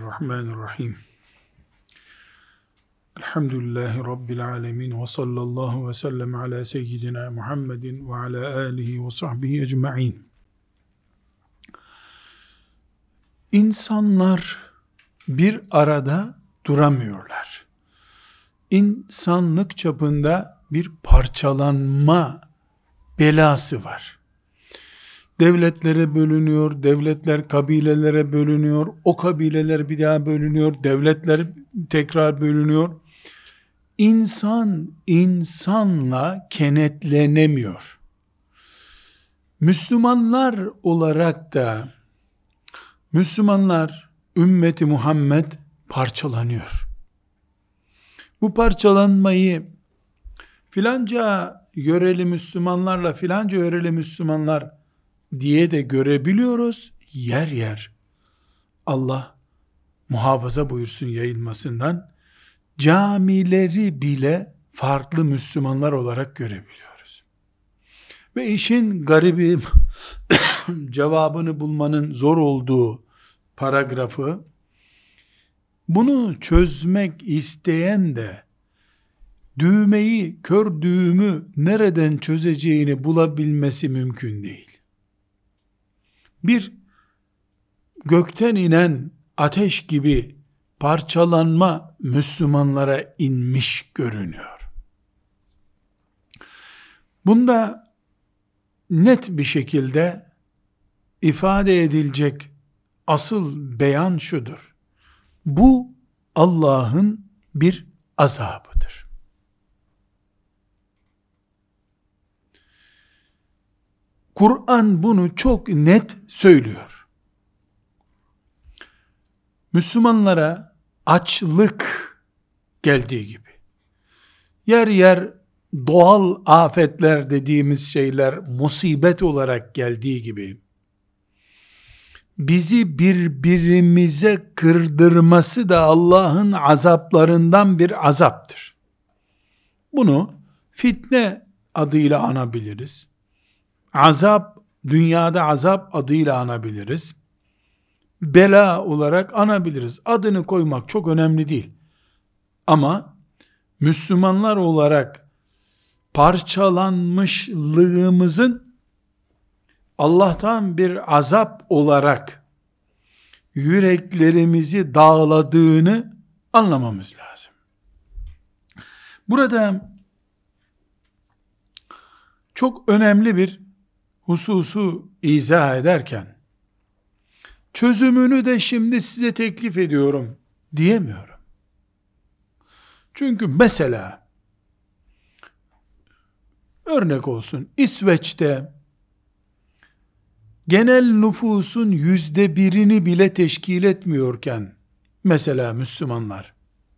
Bismillahirrahmanirrahim. Elhamdülillahi Rabbil alemin ve sallallahu ve sellem ala seyyidina Muhammedin ve ala alihi ve sahbihi ecma'in. İnsanlar bir arada duramıyorlar. İnsanlık çapında bir parçalanma belası var. Devletlere bölünüyor, devletler kabilelere bölünüyor, o kabileler bir daha bölünüyor, devletler tekrar bölünüyor. İnsan insanla kenetlenemiyor. Müslümanlar olarak da Müslümanlar, ümmeti Muhammed parçalanıyor. Bu parçalanmayı filanca yöreli Müslümanlarla filanca yöreli Müslümanlar diye de görebiliyoruz. Yer yer Allah muhafaza buyursun yayılmasından, camileri bile farklı Müslümanlar olarak görebiliyoruz. Ve işin garibi cevabını bulmanın zor olduğu paragrafı, bunu çözmek isteyen de düğmeyi, kör düğümü nereden çözeceğini bulabilmesi mümkün değil. Bir gökten inen ateş gibi parçalanma Müslümanlara inmiş görünüyor. Bunda net bir şekilde ifade edilecek asıl beyan şudur: bu Allah'ın bir azabıdır. Kur'an bunu çok net söylüyor. Müslümanlara açlık geldiği gibi, yer yer doğal afetler dediğimiz şeyler musibet olarak geldiği gibi, bizi birbirimize kırdırması da Allah'ın azaplarından bir azaptır. Bunu fitne adıyla anabiliriz. Azap, dünyada azap adıyla anabiliriz. Bela olarak anabiliriz. Adını koymak çok önemli değil. Ama Müslümanlar olarak parçalanmışlığımızın Allah'tan bir azap olarak yüreklerimizi dağladığını anlamamız lazım. Burada çok önemli bir hususu izah ederken, çözümünü de şimdi size teklif ediyorum diyemiyorum. Çünkü mesela, örnek olsun, İsveç'te genel nüfusun %1'ini bile teşkil etmiyorken, mesela Müslümanlar,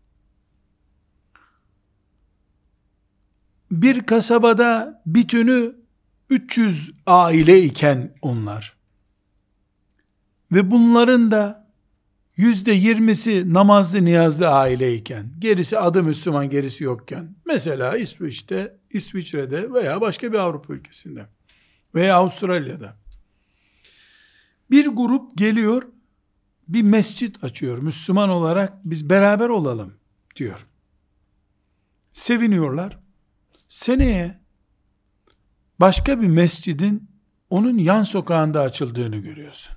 bir kasabada bütünü 300 aile iken onlar, ve bunların da %20'si namazlı niyazlı aile iken, gerisi adı Müslüman, gerisi yokken, mesela İsviçre'de veya başka bir Avrupa ülkesinde veya Avustralya'da bir grup geliyor, bir mescit açıyor, Müslüman olarak biz beraber olalım diyor. Seviniyorlar. Seneye başka bir mescidin onun yan sokağında açıldığını görüyorsun.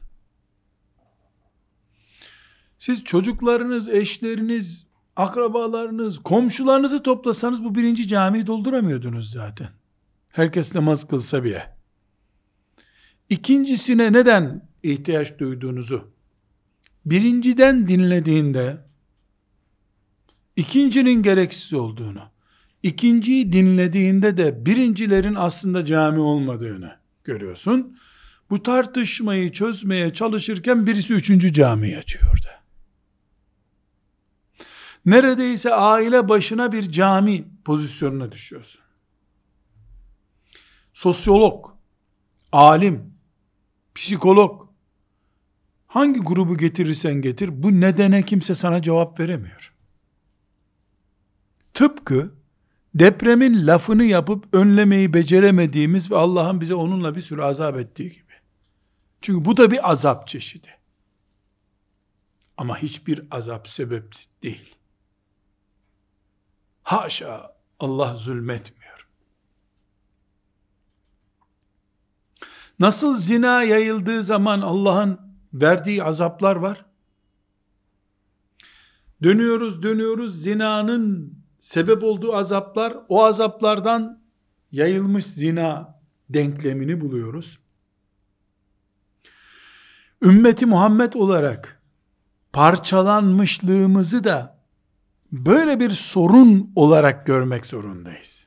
Siz çocuklarınız, eşleriniz, akrabalarınız, komşularınızı toplasanız bu birinci camiyi dolduramıyordunuz zaten. Herkes namaz kılsa bile. İkincisine neden ihtiyaç duyduğunuzu birinciden dinlediğinde, ikincinin gereksiz olduğunu, ikinciyi dinlediğinde de birincilerin aslında cami olmadığını görüyorsun. Bu tartışmayı çözmeye çalışırken birisi üçüncü camiyi açıyordu. Neredeyse aile başına bir cami pozisyonuna düşüyorsun. Sosyolog, alim, psikolog, hangi grubu getirirsen getir, bu nedene kimse sana cevap veremiyor. Tıpkı depremin lafını yapıp önlemeyi beceremediğimiz ve Allah'ın bize onunla bir sürü azap ettiği gibi. Çünkü bu da bir azap çeşidi. Ama hiçbir azap sebepsiz değil. Haşa, Allah zulmetmiyor. Nasıl zina yayıldığı zaman Allah'ın verdiği azaplar var? Dönüyoruz, zinanın sebep olduğu azaplar, o azaplardan yayılmış zina denklemini buluyoruz. Ümmeti Muhammed olarak parçalanmışlığımızı da böyle bir sorun olarak görmek zorundayız.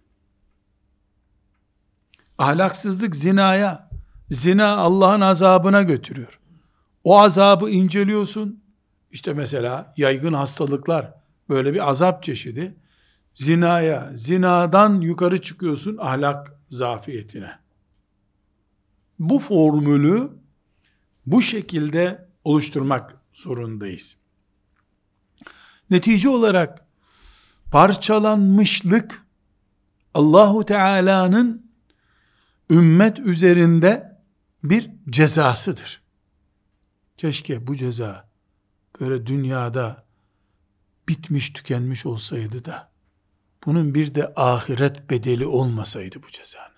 Ahlaksızlık zinaya, zina Allah'ın azabına götürüyor. O azabı inceliyorsun. İşte mesela yaygın hastalıklar böyle bir azap çeşidi. Zinaya, zinadan yukarı çıkıyorsun ahlak zafiyetine. Bu formülü bu şekilde oluşturmak zorundayız. Netice olarak parçalanmışlık Allahu Teala'nın ümmet üzerinde bir cezasıdır. Keşke bu ceza böyle dünyada bitmiş tükenmiş olsaydı da bunun bir de ahiret bedeli olmasaydı bu cezanın.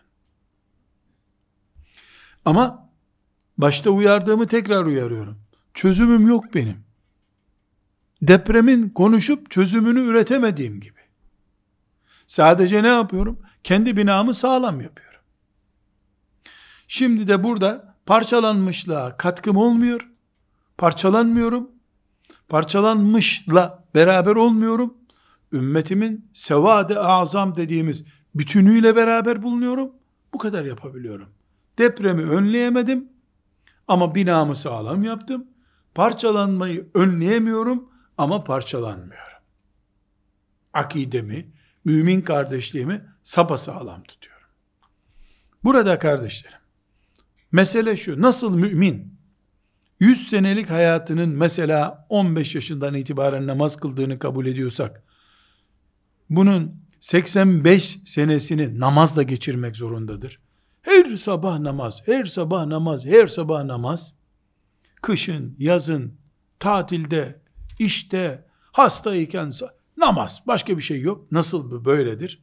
Ama başta uyardığımı tekrar uyarıyorum. Çözümüm yok benim. Depremin konuşup çözümünü üretemediğim gibi. Sadece ne yapıyorum? Kendi binamı sağlam yapıyorum. Şimdi de burada parçalanmışlığa katkım olmuyor. Parçalanmıyorum. Parçalanmışla beraber olmuyorum. Ümmetimin sevad-ı azam dediğimiz bütünüyle beraber bulunuyorum. Bu kadar yapabiliyorum. Depremi önleyemedim ama binamı sağlam yaptım. Parçalanmayı önleyemiyorum ama parçalanmıyorum. Akidemi, mümin kardeşliğimi sapasağlam tutuyorum. Burada kardeşlerim, mesele şu: nasıl mümin 100 senelik hayatının mesela 15 yaşından itibaren namaz kıldığını kabul ediyorsak, bunun 85 senesini namazla geçirmek zorundadır. Her sabah namaz, her sabah namaz, her sabah namaz. Kışın, yazın, tatilde, işte, hastayken namaz, başka bir şey yok. Nasıl bu böyledir?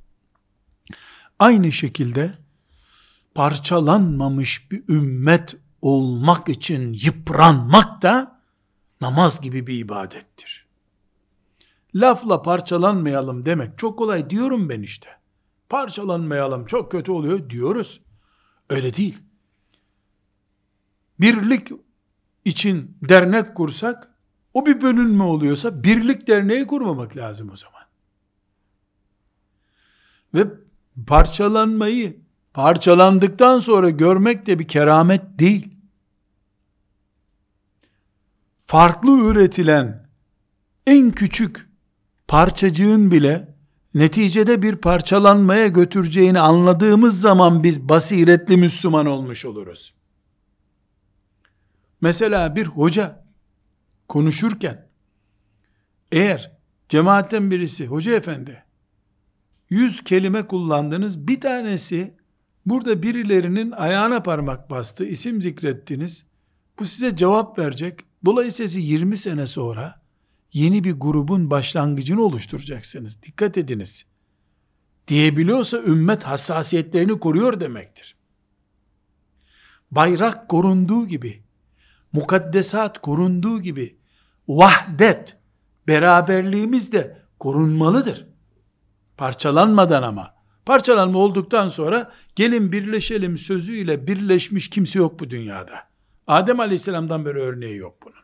Aynı şekilde parçalanmamış bir ümmet olmak için yıpranmak da namaz gibi bir ibadettir. Lafla parçalanmayalım demek çok kolay diyorum ben işte. Parçalanmayalım, çok kötü oluyor diyoruz. Öyle değil. Birlik için dernek kursak, o bir bölünme oluyorsa birlik derneği kurmamak lazım o zaman. Ve parçalanmayı parçalandıktan sonra görmek de bir keramet değil. Farklı üretilen en küçük parçacığın bile neticede bir parçalanmaya götüreceğini anladığımız zaman biz basiretli Müslüman olmuş oluruz. Mesela bir hoca konuşurken eğer cemaatten birisi, hoca efendi 100 kelime kullandınız, bir tanesi burada birilerinin ayağına parmak bastı, isim zikrettiniz, bu size cevap verecek. Dolayısıyla 20 sene sonra yeni bir grubun başlangıcını oluşturacaksınız. Dikkat ediniz diyebiliyorsa ümmet hassasiyetlerini koruyor demektir. Bayrak korunduğu gibi, mukaddesat korunduğu gibi, vahdet, beraberliğimiz de korunmalıdır. Parçalanmadan ama. Parçalanma olduktan sonra gelin birleşelim sözüyle birleşmiş kimse yok bu dünyada. Adem Aleyhisselam'dan beri örneği yok bunun.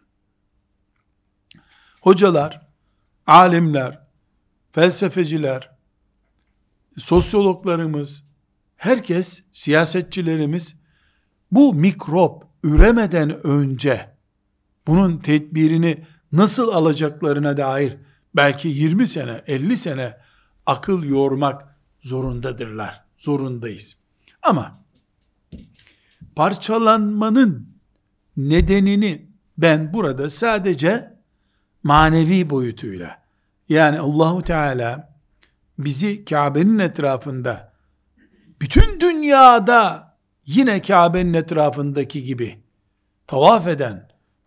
Hocalar, alimler, felsefeciler, sosyologlarımız, herkes, siyasetçilerimiz bu mikrop üremeden önce bunun tedbirini nasıl alacaklarına dair belki 20 sene, 50 sene akıl yormak zorundadırlar. Zorundayız. Ama parçalanmanın nedenini ben burada sadece manevi boyutuyla, yani Allahu Teala bizi Kabe'nin etrafında, bütün dünyada yine Kabe'nin etrafındaki gibi tavaf eden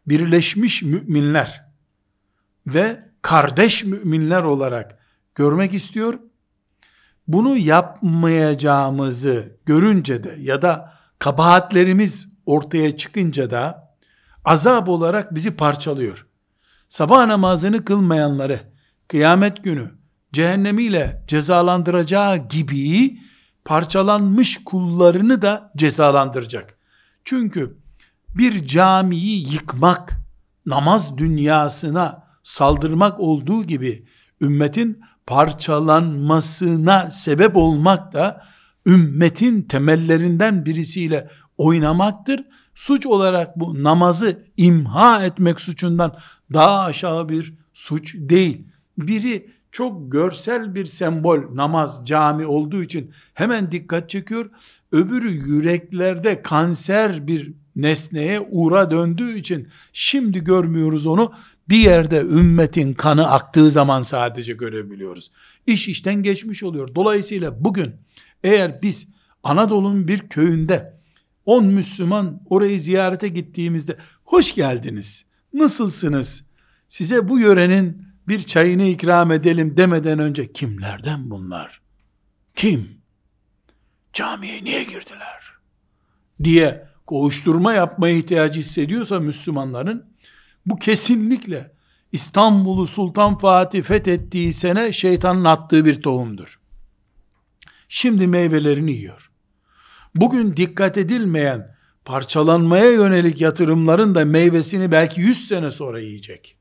birleşmiş müminler ve kardeş müminler olarak görmek istiyor. Bunu yapmayacağımızı görünce de ya da kabahatlerimiz ortaya çıkınca da azap olarak bizi parçalıyor. Sabah namazını kılmayanları kıyamet günü cehennemiyle cezalandıracağı gibi parçalanmış kullarını da cezalandıracak. Çünkü bir camiyi yıkmak, namaz dünyasına saldırmak olduğu gibi ümmetin parçalanmasına sebep olmak da ümmetin temellerinden birisiyle oynamaktır. Suç olarak bu namazı imha etmek suçundan daha aşağı bir suç değil. Biri çok görsel bir sembol, namaz, cami olduğu için hemen dikkat çekiyor. Öbürü yüreklerde kanser bir nesneye, uğra döndüğü için şimdi görmüyoruz onu. Bir yerde ümmetin kanı aktığı zaman sadece görebiliyoruz. İş işten geçmiş oluyor. Dolayısıyla bugün eğer biz Anadolu'nun bir köyünde 10 Müslüman orayı ziyarete gittiğimizde hoş geldiniz, nasılsınız, size bu yörenin bir çayını ikram edelim demeden önce kimlerden bunlar? Kim? Camiye niye girdiler? Diye koğuşturma yapmaya ihtiyacı hissediyorsa Müslümanların, bu kesinlikle İstanbul'u Sultan Fatih fethettiği sene şeytanın attığı bir tohumdur. Şimdi meyvelerini yiyor. Bugün dikkat edilmeyen parçalanmaya yönelik yatırımların da meyvesini belki 100 sene sonra yiyecek.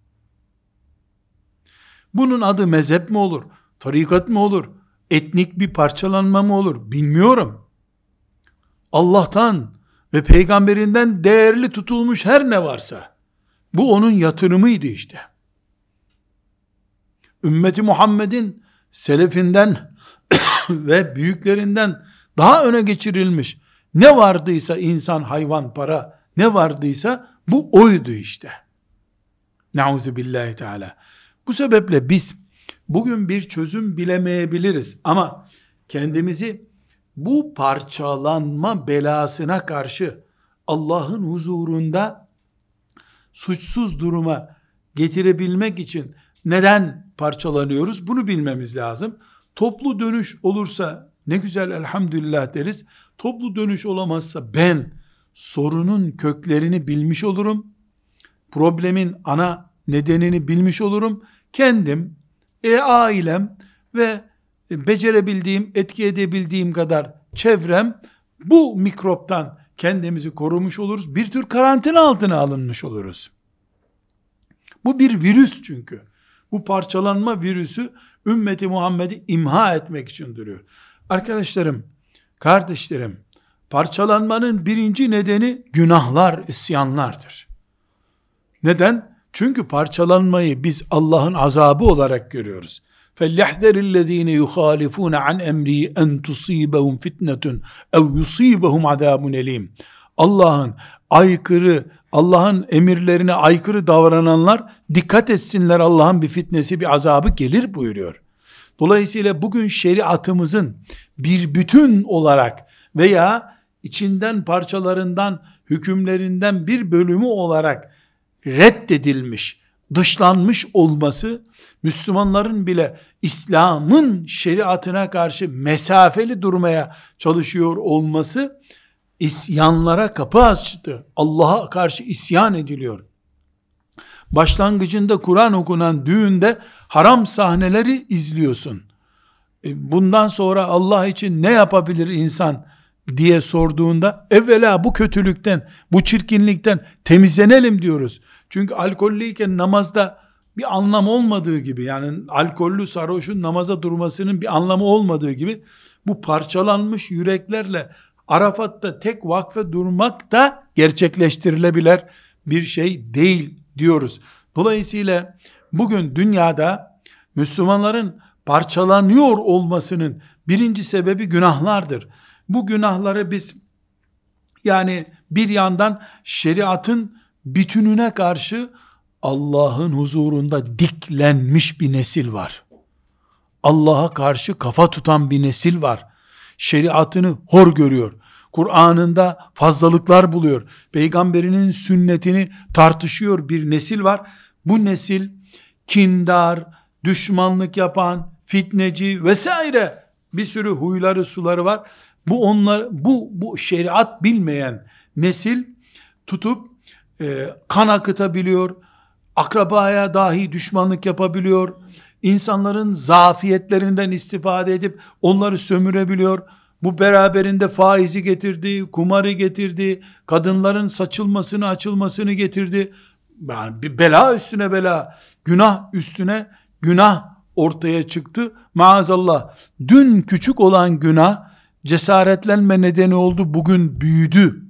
Bunun adı mezhep mi olur, tarikat mı olur, etnik bir parçalanma mı olur bilmiyorum. Allah'tan ve peygamberinden değerli tutulmuş her ne varsa, bu onun yatırımıydı işte. Ümmeti Muhammed'in selefinden ve büyüklerinden daha öne geçirilmiş ne vardıysa, insan, hayvan, para ne vardıysa bu oydu işte. Nauzu billahi teala. Bu sebeple biz bugün bir çözüm bilemeyebiliriz ama kendimizi bu parçalanma belasına karşı Allah'ın huzurunda suçsuz duruma getirebilmek için neden parçalanıyoruz? Bunu bilmemiz lazım. Toplu dönüş olursa ne güzel, elhamdülillah deriz. Toplu dönüş olamazsa ben sorunun köklerini bilmiş olurum. Problemin ana nedenini bilmiş olurum. Kendim, ailem ve becerebildiğim, etki edebildiğim kadar çevrem, bu mikroptan kendimizi korumuş oluruz. Bir tür karantina altına alınmış oluruz. Bu bir virüs çünkü. Bu parçalanma virüsü ümmeti Muhammed'i imha etmek için duruyor. Arkadaşlarım, kardeşlerim, parçalanmanın birinci nedeni günahlar, isyanlardır. Neden? Çünkü parçalanmayı biz Allah'ın azabı olarak görüyoruz. فَلْيَحْذَرِ الَّذ۪ينَ يُخَالِفُونَ عَنْ اَمْرِهِ اَنْ تُصِيبَهُمْ فِتْنَةٌ اَوْ يُصِيبَهُمْ عَذَابٌ اَل۪يمٌ. Allah'ın emirlerine aykırı davrananlar dikkat etsinler, Allah'ın bir fitnesi, bir azabı gelir buyuruyor. Dolayısıyla bugün şeriatımızın bir bütün olarak veya içinden parçalarından, hükümlerinden bir bölümü olarak reddedilmiş, dışlanmış olması, Müslümanların bile İslam'ın şeriatına karşı mesafeli durmaya çalışıyor olması, isyanlara kapı açtı. Allah'a karşı isyan ediliyor. Başlangıcında Kur'an okunan düğünde haram sahneleri izliyorsun. Bundan sonra Allah için ne yapabilir insan diye sorduğunda, evvela bu kötülükten, bu çirkinlikten temizlenelim diyoruz. Çünkü alkollüyken namazda bir anlam olmadığı gibi, yani alkollü sarhoşun namaza durmasının bir anlamı olmadığı gibi, bu parçalanmış yüreklerle Arafat'ta tek vakfe durmak da gerçekleştirilebilir bir şey değil diyoruz. Dolayısıyla bugün dünyada Müslümanların parçalanıyor olmasının birinci sebebi günahlardır. Bu günahları biz, yani bir yandan şeriatın bütününe karşı Allah'ın huzurunda diklenmiş bir nesil var. Allah'a karşı kafa tutan bir nesil var. Şeriatını hor görüyor. Kur'an'ında fazlalıklar buluyor. Peygamberinin sünnetini tartışıyor bir nesil var. Bu nesil kindar, düşmanlık yapan, fitneci vesaire bir sürü huyları suları var. Bu şeriat bilmeyen nesil tutup kan akıtabiliyor, akrabaya dahi düşmanlık yapabiliyor, insanların zafiyetlerinden istifade edip onları sömürebiliyor. Bu beraberinde faizi getirdi, kumarı getirdi, kadınların saçılmasını, açılmasını getirdi. Yani bir bela üstüne bela, günah üstüne günah ortaya çıktı. Maazallah, dün küçük olan günah cesaretlenme nedeni oldu, bugün büyüdü.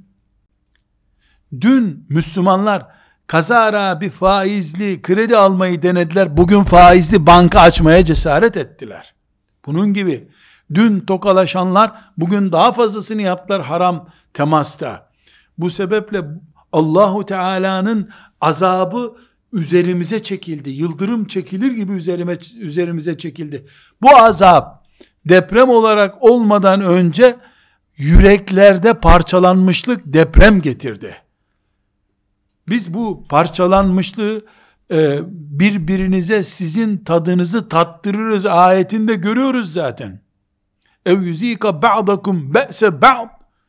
Dün Müslümanlar kazara bir faizli kredi almayı denediler, bugün faizli banka açmaya cesaret ettiler. Bunun gibi dün tokalaşanlar bugün daha fazlasını yaptılar haram temasta. Bu sebeple Allahu Teala'nın azabı üzerimize çekildi. Yıldırım çekilir gibi üzerimize çekildi. Bu azap deprem olarak olmadan önce yüreklerde parçalanmışlık deprem getirdi. Biz bu parçalanmışlığı birbirinize sizin tadınızı tattırırız ayetinde görüyoruz zaten. ev yuzika ba'dakum be'se ba'd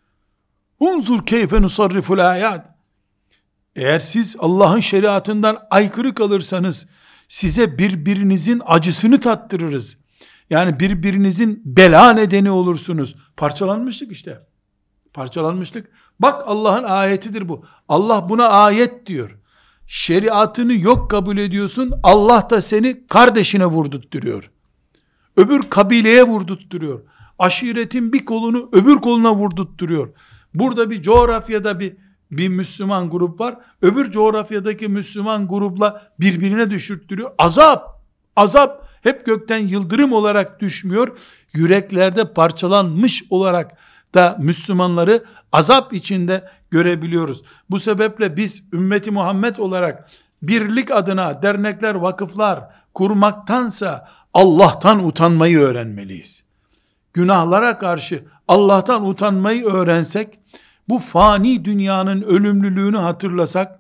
unzur keyfe nusarriful ayat. Eğer siz Allah'ın şeriatından aykırı kalırsanız size birbirinizin acısını tattırırız. Yani birbirinizin bela nedeni olursunuz. Parçalanmışlık işte. Parçalanmışlık. Bak Allah'ın ayetidir bu. Allah buna ayet diyor. Şeriatını yok kabul ediyorsun. Allah da seni kardeşine vurdurtturuyor. Öbür kabileye vurdurtturuyor. Aşiretin bir kolunu öbür koluna vurdurtturuyor. Burada bir coğrafyada bir Müslüman grup var. Öbür coğrafyadaki Müslüman grupla birbirine düşürttürüyor. Azap hep gökten yıldırım olarak düşmüyor. Yüreklerde parçalanmış olarak da Müslümanları azap içinde görebiliyoruz. Bu sebeple biz ümmeti Muhammed olarak birlik adına dernekler, vakıflar kurmaktansa Allah'tan utanmayı öğrenmeliyiz. Günahlara karşı Allah'tan utanmayı öğrensek, bu fani dünyanın ölümlülüğünü hatırlasak,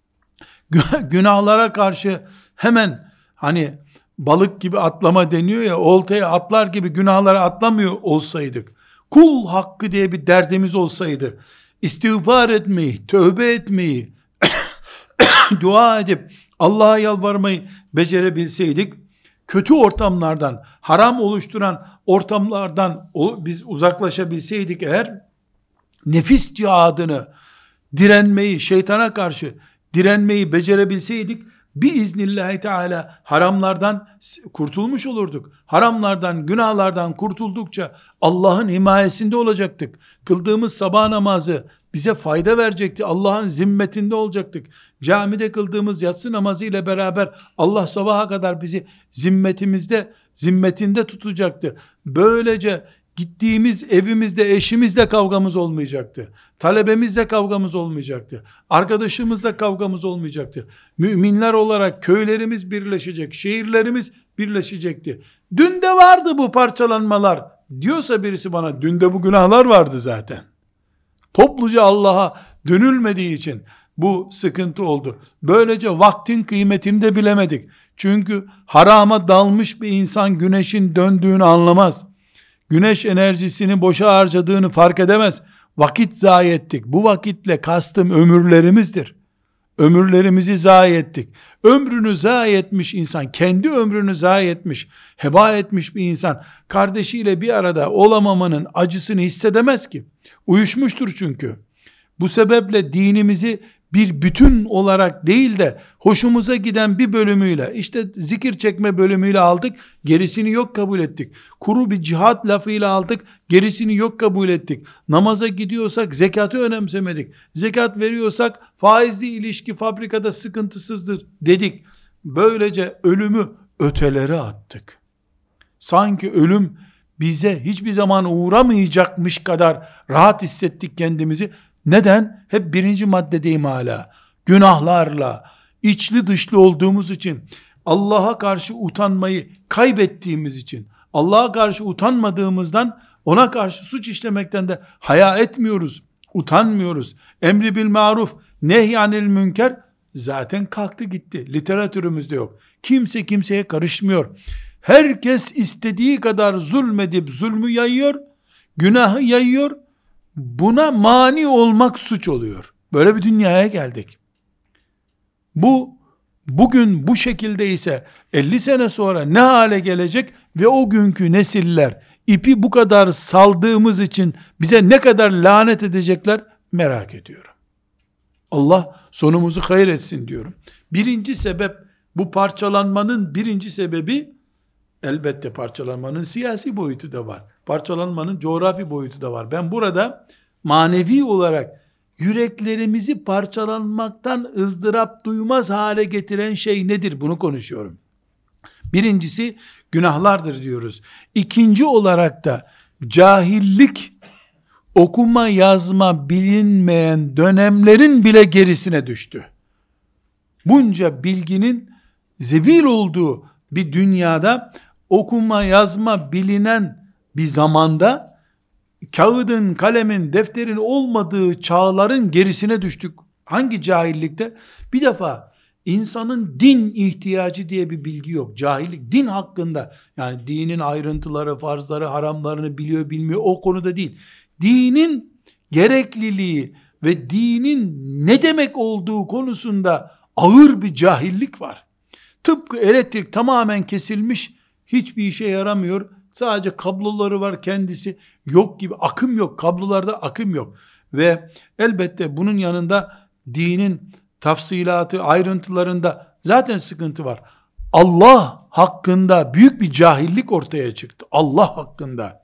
günahlara karşı hemen hani balık gibi atlama deniyor ya, oltaya atlar gibi günahlara atlamıyor olsaydık, kul hakkı diye bir derdimiz olsaydı, istiğfar etmeyi, tövbe etmeyi, dua edip Allah'a yalvarmayı becerebilseydik, kötü ortamlardan, haram oluşturan ortamlardan biz uzaklaşabilseydik eğer, nefis cihadını, direnmeyi, şeytana karşı direnmeyi becerebilseydik, biiznillahü teala haramlardan kurtulmuş olurduk. Haramlardan, günahlardan kurtuldukça Allah'ın himayesinde olacaktık. Kıldığımız sabah namazı bize fayda verecekti. Allah'ın zimmetinde olacaktık. Camide kıldığımız yatsı namazı ile beraber Allah sabaha kadar bizi zimmetinde tutacaktı. Böylece gittiğimiz evimizde eşimizle kavgamız olmayacaktı. Talebemizle kavgamız olmayacaktı. Arkadaşımızla kavgamız olmayacaktı. Müminler olarak köylerimiz birleşecek, şehirlerimiz birleşecekti. Dün de vardı bu parçalanmalar diyorsa birisi bana, dün de bu günahlar vardı zaten. Topluca Allah'a dönülmediği için bu sıkıntı oldu. Böylece vaktin kıymetini de bilemedik. Çünkü harama dalmış bir insan güneşin döndüğünü anlamaz. Güneş enerjisini boşa harcadığını fark edemez. Vakit zayi ettik. Bu vakitle kastım ömürlerimizdir. Ömürlerimizi zayi ettik. Ömrünü zayi etmiş insan, kendi ömrünü zayi etmiş, heba etmiş bir insan, kardeşiyle bir arada olamamanın acısını hissedemez ki. Uyuşmuştur çünkü. Bu sebeple dinimizi bir bütün olarak değil de hoşumuza giden bir bölümüyle, işte zikir çekme bölümüyle aldık, gerisini yok kabul ettik. Kuru bir cihat lafıyla aldık, gerisini yok kabul ettik. Namaza gidiyorsak zekatı önemsemedik. Zekat veriyorsak faizli ilişki fabrikada sıkıntısızdır dedik. Böylece ölümü ötelere attık. Sanki ölüm bize hiçbir zaman uğramayacakmış kadar rahat hissettik kendimizi. Neden? Hep birinci maddedeyim hala. Günahlarla, içli dışlı olduğumuz için, Allah'a karşı utanmayı kaybettiğimiz için, Allah'a karşı utanmadığımızdan Ona karşı suç işlemekten de haya etmiyoruz, utanmıyoruz. Emri bil maruf, nehyanil münker zaten kalktı gitti. Literatürümüzde yok. Kimse kimseye karışmıyor. Herkes istediği kadar zulmedip zulmü yayıyor, günahı yayıyor. Buna mani olmak suç oluyor. Böyle bir dünyaya geldik. Bugün bu şekilde ise 50 sene sonra ne hale gelecek ve o günkü nesiller ipi bu kadar saldığımız için bize ne kadar lanet edecekler merak ediyorum. Allah sonumuzu hayır etsin diyorum. Birinci sebep, bu parçalanmanın birinci sebebi, elbette parçalanmanın siyasi boyutu da var. Parçalanmanın coğrafi boyutu da var. Ben burada manevi olarak yüreklerimizi parçalanmaktan ızdırap duymaz hale getiren şey nedir? Bunu konuşuyorum. Birincisi günahlardır diyoruz. İkinci olarak da cahillik, okuma yazma bilinmeyen dönemlerin bile gerisine düştü. Bunca bilginin zebil olduğu bir dünyada, okuma yazma bilinen bir zamanda, kağıdın, kalemin, defterin olmadığı çağların gerisine düştük. Hangi cahillikte? Bir defa insanın din ihtiyacı diye bir bilgi yok. Cahillik din hakkında, yani dinin ayrıntıları, farzları, haramlarını biliyor bilmiyor, o konuda değil. Dinin gerekliliği ve dinin ne demek olduğu konusunda ağır bir cahillik var. Tıpkı elektrik tamamen kesilmiş, hiçbir işe yaramıyor. Sadece kabloları var, kendisi yok gibi, akım yok. Kablolarda akım yok. Ve elbette bunun yanında dinin tafsilatı, ayrıntılarında zaten sıkıntı var. Allah hakkında büyük bir cahillik ortaya çıktı. Allah hakkında.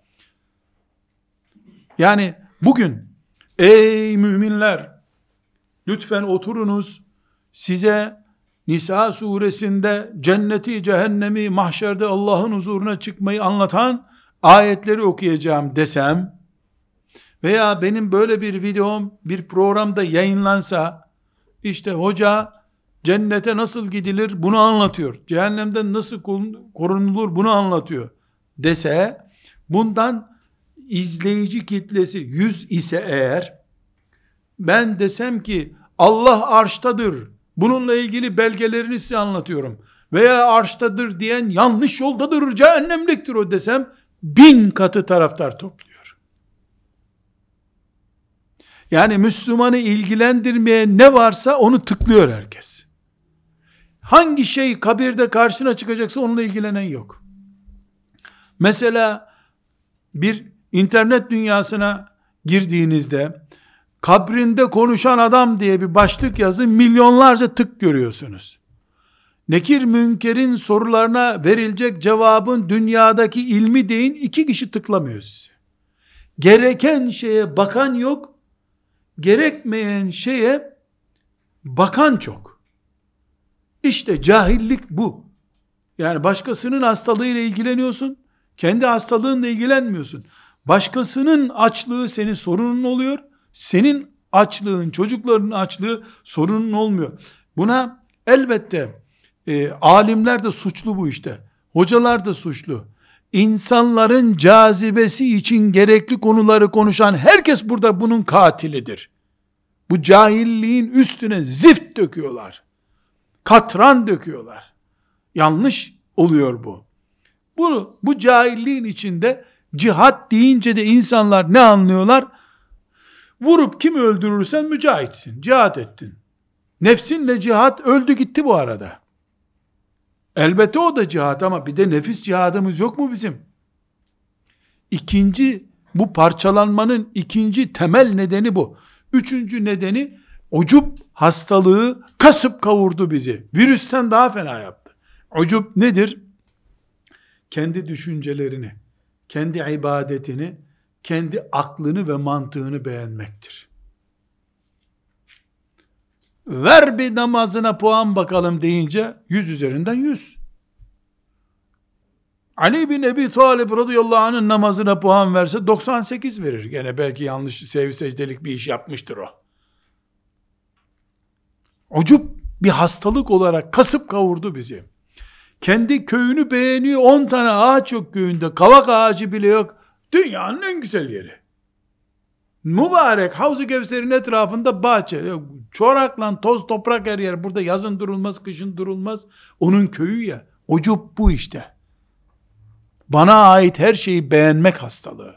Yani bugün ey müminler, lütfen oturunuz, size Nisa suresinde cenneti, cehennemi, mahşerde Allah'ın huzuruna çıkmayı anlatan ayetleri okuyacağım desem veya benim böyle bir videom bir programda yayınlansa, işte hoca cennete nasıl gidilir bunu anlatıyor, cehennemden nasıl korunulur bunu anlatıyor dese, bundan izleyici kitlesi 100 ise eğer, ben desem ki Allah arştadır, bununla ilgili belgelerini size anlatıyorum veya arştadır diyen yanlış yoldadır, cehennemliktir o desem, 1000 katı taraftar topluyor. Yani Müslümanı ilgilendirmeyen ne varsa onu tıklıyor herkes. Hangi şey kabirde karşına çıkacaksa onunla ilgilenen yok. Mesela bir internet dünyasına girdiğinizde kabrinde konuşan adam diye bir başlık yazın, milyonlarca tık görüyorsunuz. Nekir münkerin sorularına verilecek cevabın dünyadaki ilmi deyin, 2 kişi tıklamıyor sizi. Gereken şeye bakan yok, gerekmeyen şeye bakan çok. İşte cahillik bu. Yani başkasının hastalığıyla ilgileniyorsun, kendi hastalığınla ilgilenmiyorsun. Başkasının açlığı senin sorunun oluyor, senin açlığın, çocukların açlığı sorunun olmuyor. Buna elbette alimler de suçlu bu işte. Hocalar da suçlu. İnsanların cazibesi için gerekli konuları konuşan herkes burada bunun katilidir. Bu cahilliğin üstüne zift döküyorlar. Katran döküyorlar. Yanlış oluyor bu. Bu cahilliğin içinde cihat deyince de insanlar ne anlıyorlar? Vurup kimi öldürürsen mücahitsin, cihat ettin. Nefsinle cihat öldü gitti bu arada. Elbette o da cihat, ama bir de nefis cihadımız yok mu bizim? Bu parçalanmanın ikinci temel nedeni bu. Üçüncü nedeni, ucup hastalığı kasıp kavurdu bizi. Virüsten daha fena yaptı. Ucup nedir? Kendi düşüncelerini, kendi ibadetini, kendi aklını ve mantığını beğenmektir. Ver bir namazına puan bakalım deyince 100 üzerinden 100. Ali bin Ebi Talib radıyallahu anh'ın namazına puan verse 98 verir. Gene belki yanlış secdelik bir iş yapmıştır o. Ucup bir hastalık olarak kasıp kavurdu bizi. Kendi köyünü beğeniyor, 10 tane ağaç yok köyünde, kavak ağacı bile yok, Dünyanın en güzel yeri. Mübarek Havz-ı Kevser'in etrafında bahçe. Çoraklan toz toprak her yer. Burada yazın durulmaz, kışın durulmaz. Onun köyü ya. Ucup bu işte. Bana ait her şeyi beğenmek hastalığı.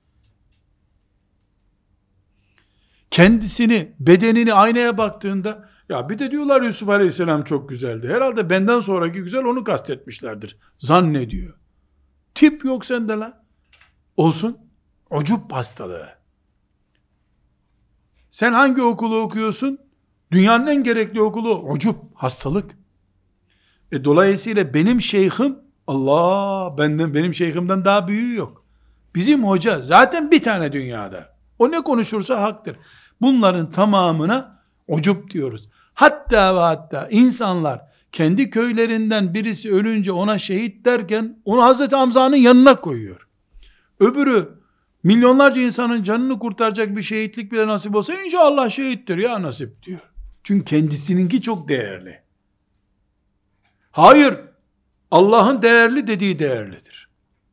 Kendisini, bedenini aynaya baktığında, ya bir de diyorlar Yusuf Aleyhisselam çok güzeldi. Herhalde benden sonraki güzel onu kastetmişlerdir. Zannediyor. Tip yok sende la. Olsun. Ucup hastalığı. Sen hangi okulu okuyorsun? Dünyanın en gerekli okulu. Ucup hastalık. Dolayısıyla benim şeyhim, Allah, benim şeyhimden daha büyüğü yok. Bizim hoca zaten bir tane dünyada. O ne konuşursa haktır. Bunların tamamına ucup diyoruz. Hatta ve hatta insanlar kendi köylerinden birisi ölünce ona şehit derken onu Hazreti Hamza'nın yanına koyuyor. Öbürü milyonlarca insanın canını kurtaracak bir şehitlik bile nasip olsa inşallah şehittir ya nasip diyor. Çünkü kendisininki çok değerli. Hayır, Allah'ın değerli dediği değerlidir.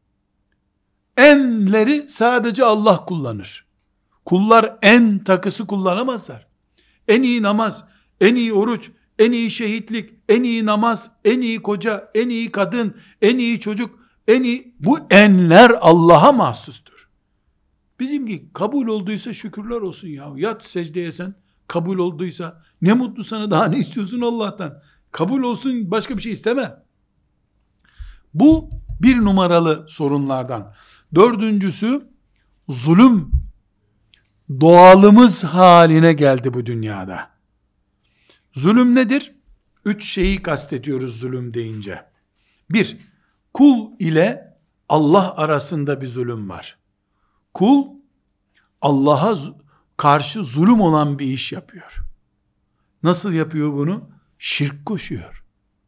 Enleri sadece Allah kullanır. Kullar en takısı kullanamazlar. En iyi namaz, en iyi oruç, en iyi şehitlik, en iyi namaz, en iyi koca, en iyi kadın, en iyi çocuk, en iyi, bu enler Allah'a mahsustur. Bizimki kabul olduysa şükürler olsun ya. Yat secdeye sen, kabul olduysa ne mutlu sana, daha ne istiyorsun Allah'tan? Kabul olsun, başka bir şey isteme. Bu bir numaralı sorunlardan. Dördüncüsü, zulüm doğalımız haline geldi bu dünyada. Zulüm nedir? 3 şeyi kastediyoruz zulüm deyince. 1, kul ile Allah arasında bir zulüm var. Kul, Allah'a karşı zulüm olan bir iş yapıyor. Nasıl yapıyor bunu? Şirk koşuyor.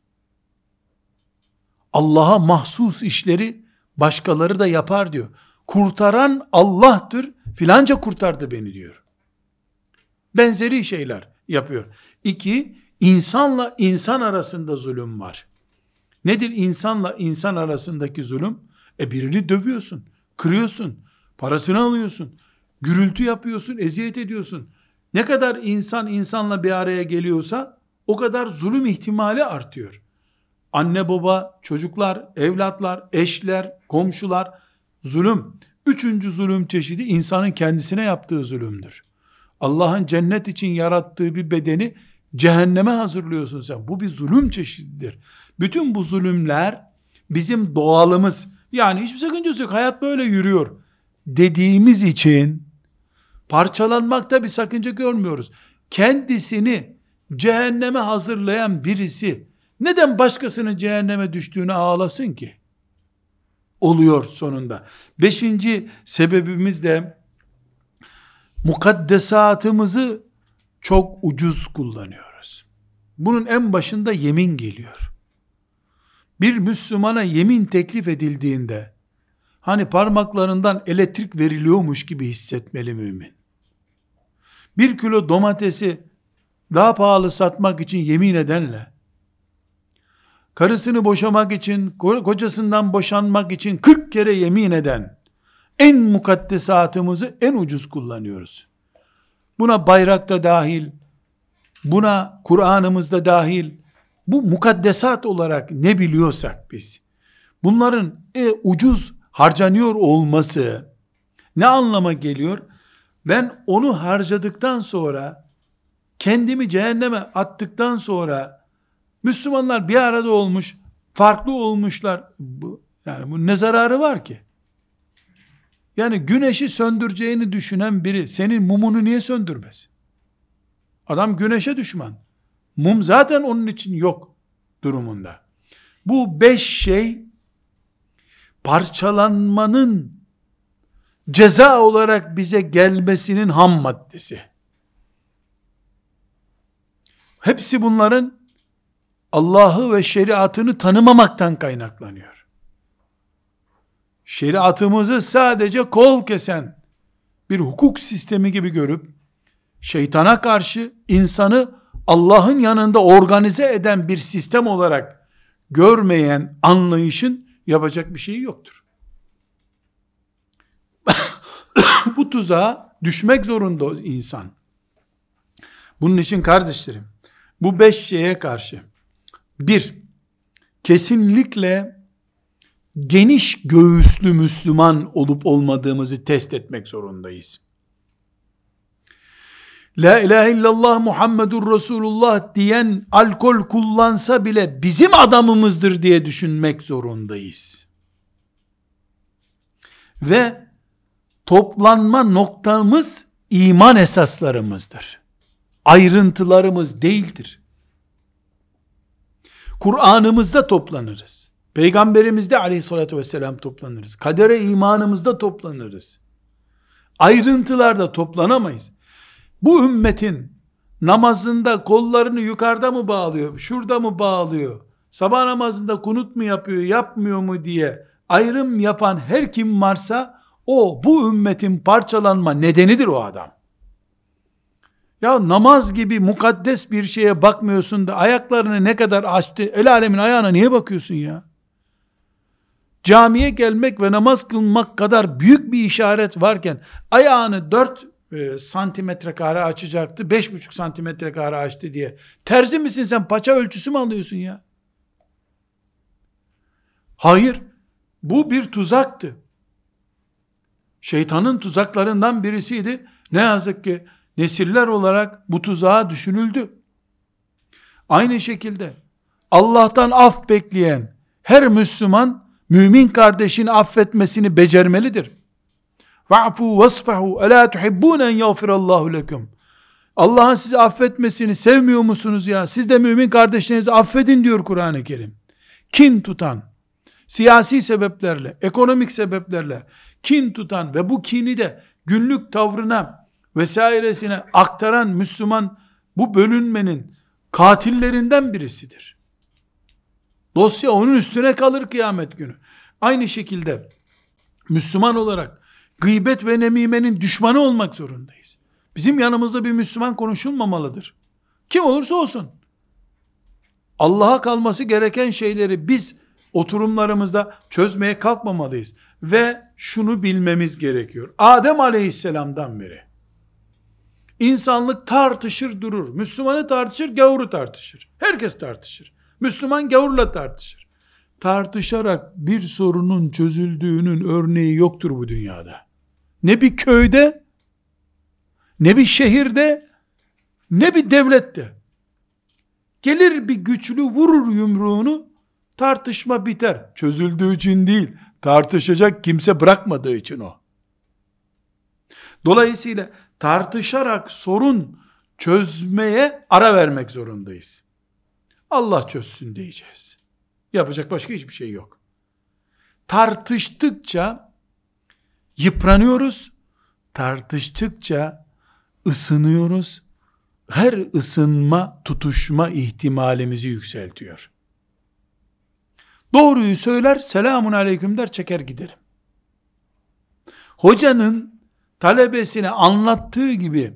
Allah'a mahsus işleri başkaları da yapar diyor. Kurtaran Allah'tır, filanca kurtardı beni diyor. Benzeri şeyler yapıyor. 2, insanla insan arasında zulüm var. Nedir insanla insan arasındaki zulüm? Birini dövüyorsun, kırıyorsun, parasını alıyorsun, gürültü yapıyorsun, eziyet ediyorsun. Ne kadar insan insanla bir araya geliyorsa o kadar zulüm ihtimali artıyor. Anne baba, çocuklar, evlatlar, eşler, komşular, zulüm. 3. zulüm çeşidi insanın kendisine yaptığı zulümdür. Allah'ın cennet için yarattığı bir bedeni cehenneme hazırlıyorsun sen. Bu bir zulüm çeşididir. Bütün bu zulümler bizim doğalımız, yani hiçbir sakıncası yok, hayat böyle yürüyor dediğimiz için parçalanmakta bir sakınca görmüyoruz. Kendisini cehenneme hazırlayan birisi neden başkasının cehenneme düştüğünü ağlasın ki? Oluyor sonunda. 5. sebebimiz de mukaddesatımızı çok ucuz kullanıyoruz. Bunun en başında yemin geliyor. Bir Müslümana yemin teklif edildiğinde hani parmaklarından elektrik veriliyormuş gibi hissetmeli mümin. 1 kilo domatesi daha pahalı satmak için yemin edenle karısını boşamak için, kocasından boşanmak için 40 kere yemin eden en mukaddesatımızı en ucuz kullanıyoruz. Buna bayrakta dahil, buna Kur'an'ımızda dahil, bu mukaddesat olarak ne biliyorsak biz, bunların ucuz harcanıyor olması ne anlama geliyor? Ben onu harcadıktan sonra, kendimi cehenneme attıktan sonra, Müslümanlar bir arada olmuş, farklı olmuşlar, yani bu ne zararı var ki? Yani güneşi söndüreceğini düşünen biri senin mumunu niye söndürmez? Adam güneşe düşman. Mum zaten onun için yok durumunda. Bu 5 şey parçalanmanın ceza olarak bize gelmesinin ham maddesi. Hepsi bunların Allah'ı ve şeriatını tanımamaktan kaynaklanıyor. Şeriatımızı sadece kol kesen bir hukuk sistemi gibi görüp şeytana karşı insanı Allah'ın yanında organize eden bir sistem olarak görmeyen anlayışın yapacak bir şeyi yoktur. tuzağa düşmek zorunda o insan. Bunun için kardeşlerim, bu 5 şeye karşı, 1, kesinlikle geniş göğüslü Müslüman olup olmadığımızı test etmek zorundayız. La ilahe illallah Muhammedur Resulullah diyen alkol kullansa bile bizim adamımızdır diye düşünmek zorundayız. Ve toplanma noktamız iman esaslarımızdır. Ayrıntılarımız değildir. Kur'an'ımızda toplanırız. Peygamberimizde aleyhissalatü vesselam toplanırız. Kadere imanımızda toplanırız. Ayrıntılarda toplanamayız. Bu ümmetin namazında kollarını yukarıda mı bağlıyor, şurada mı bağlıyor, sabah namazında kunut mu yapıyor, yapmıyor mu diye ayrım yapan her kim varsa o bu ümmetin parçalanma nedenidir o adam. Ya namaz gibi mukaddes bir şeye bakmıyorsun da ayaklarını ne kadar açtı, el alemin ayağına niye bakıyorsun ya? Camiye gelmek ve namaz kılmak kadar büyük bir işaret varken ayağını 4 santimetre kare açacaktı, 5,5 santimetre kare açtı diye. Terzi misin sen, paça ölçüsü mü alıyorsun ya? Hayır, bu bir tuzaktı. Şeytanın tuzaklarından birisiydi. Ne yazık ki nesiller olarak bu tuzağa düşünüldü. Aynı şekilde Allah'tan af bekleyen her Müslüman, mümin kardeşini affetmesini becermelidir. Va'fu vasfahu ela tuhibbun en yağfirallahu lekum. Allah'ın sizi affetmesini sevmiyor musunuz ya? Siz de mümin kardeşlerinizi affedin diyor Kur'an-ı Kerim. Kin tutan, siyasi sebeplerle, ekonomik sebeplerle kin tutan ve bu kini de günlük tavrına vesairesine aktaran Müslüman, bu bölünmenin katillerinden birisidir. Dosya onun üstüne kalır kıyamet günü. Aynı şekilde Müslüman olarak gıybet ve nemimenin düşmanı olmak zorundayız. Bizim yanımızda bir Müslüman konuşulmamalıdır. Kim olursa olsun. Allah'a kalması gereken şeyleri biz oturumlarımızda çözmeye kalkmamalıyız. Ve şunu bilmemiz gerekiyor. Adem aleyhisselamdan beri insanlık tartışır durur. Müslümanı tartışır, gavuru tartışır. Herkes tartışır. Müslüman gavurla tartışır. Tartışarak bir sorunun çözüldüğünün örneği yoktur bu dünyada. Ne bir köyde, ne bir şehirde, ne bir devlette. Gelir bir güçlü vurur yumruğunu, tartışma biter. Çözüldüğü için değil, tartışacak kimse bırakmadığı için o. Dolayısıyla tartışarak sorun çözmeye ara vermek zorundayız. Allah çözsün diyeceğiz. Yapacak başka hiçbir şey yok. Tartıştıkça yıpranıyoruz, tartıştıkça ısınıyoruz. Her ısınma, tutuşma ihtimalimizi yükseltiyor. Doğruyu söyler, selamun aleyküm der, çeker giderim. Hocanın talebesine anlattığı gibi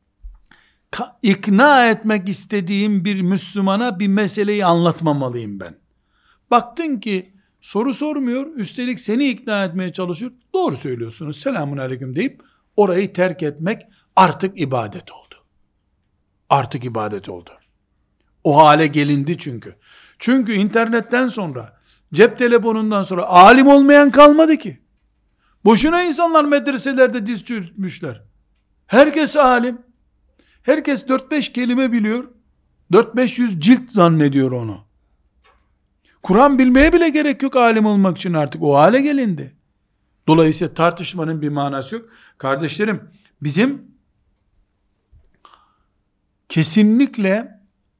ikna etmek istediğim bir Müslümana bir meseleyi anlatmamalıyım ben. Baktın ki soru sormuyor, üstelik seni ikna etmeye çalışıyor, doğru söylüyorsunuz, selamun aleyküm deyip orayı terk etmek artık ibadet oldu. Artık ibadet oldu. O hale gelindi çünkü. Çünkü internetten sonra, cep telefonundan sonra alim olmayan kalmadı ki. Boşuna insanlar medreselerde diz çürütmüşler. Herkes alim. Herkes 4-5 kelime biliyor. 400-500 cilt zannediyor onu. Kur'an bilmeye bile gerek yok alim olmak için, artık o hale gelindi. Dolayısıyla tartışmanın bir manası yok. Kardeşlerim, bizim kesinlikle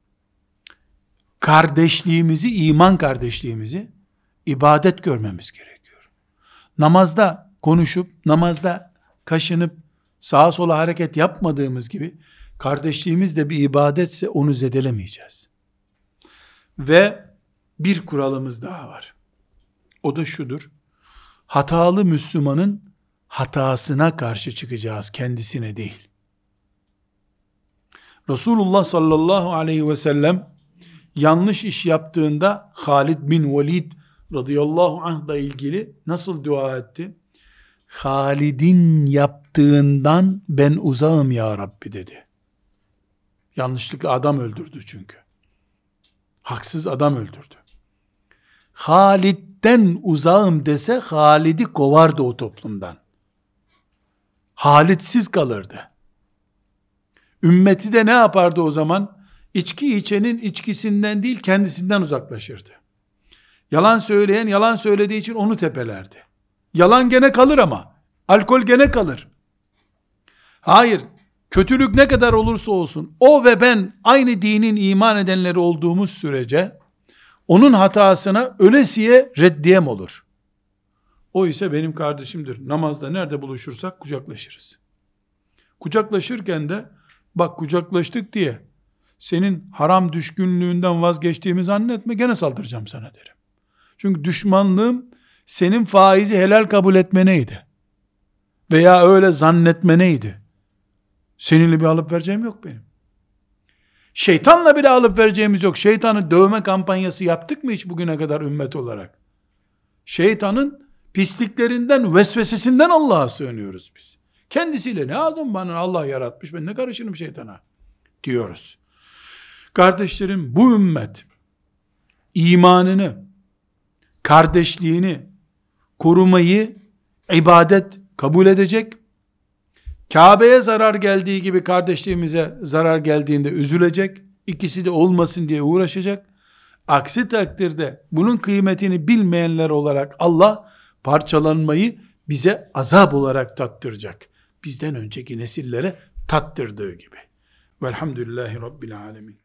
kardeşliğimizi, iman kardeşliğimizi ibadet görmemiz gerekiyor. Namazda konuşup, namazda kaşınıp, sağa sola hareket yapmadığımız gibi, kardeşliğimiz de bir ibadetse onu zedelemeyeceğiz. Ve bir kuralımız daha var. O da şudur: hatalı Müslümanın hatasına karşı çıkacağız, kendisine değil. Resulullah sallallahu aleyhi ve sellem yanlış iş yaptığında Halid bin Velid radıyallahu anh'la ilgili nasıl dua etti? Halid'in yaptığından ben uzağım ya Rabbi dedi. Yanlışlıkla adam öldürdü çünkü. Haksız adam öldürdü. Halid'den uzağım dese Halid'i kovardı o toplumdan. Halidsiz kalırdı. Ümmeti de ne yapardı o zaman? İçki içenin içkisinden değil kendisinden uzaklaşırdı. Yalan söyleyen yalan söylediği için onu tepelerdi. Yalan gene kalır ama alkol gene kalır. Hayır, kötülük ne kadar olursa olsun o ve ben aynı dinin iman edenleri olduğumuz sürece onun hatasına ölesiye reddiyem olur. O ise benim kardeşimdir. Namazda nerede buluşursak kucaklaşırız. Kucaklaşırken de bak kucaklaştık diye senin haram düşkünlüğünden vazgeçtiğimi zannetme, gene saldıracağım sana derim. Çünkü düşmanlığım senin faizi helal kabul etmeneydi. Veya öyle zannetmeneydi. Seninle bir alıp vereceğim yok benim. Şeytanla bile alıp vereceğimiz yok. Şeytanı dövme kampanyası yaptık mı hiç bugüne kadar ümmet olarak? Şeytanın pisliklerinden, vesvesesinden Allah'a sığınıyoruz biz. Kendisiyle ne aldım bana, Allah yaratmış, ben ne karışırım şeytana diyoruz. Kardeşlerim, bu ümmet imanını, kardeşliğini korumayı ibadet kabul edecek. Kabe'ye zarar geldiği gibi kardeşliğimize zarar geldiğinde üzülecek. İkisi de olmasın diye uğraşacak. Aksi takdirde bunun kıymetini bilmeyenler olarak Allah parçalanmayı bize azap olarak tattıracak. Bizden önceki nesillere tattırdığı gibi. Velhamdülillahi Rabbil Alemin.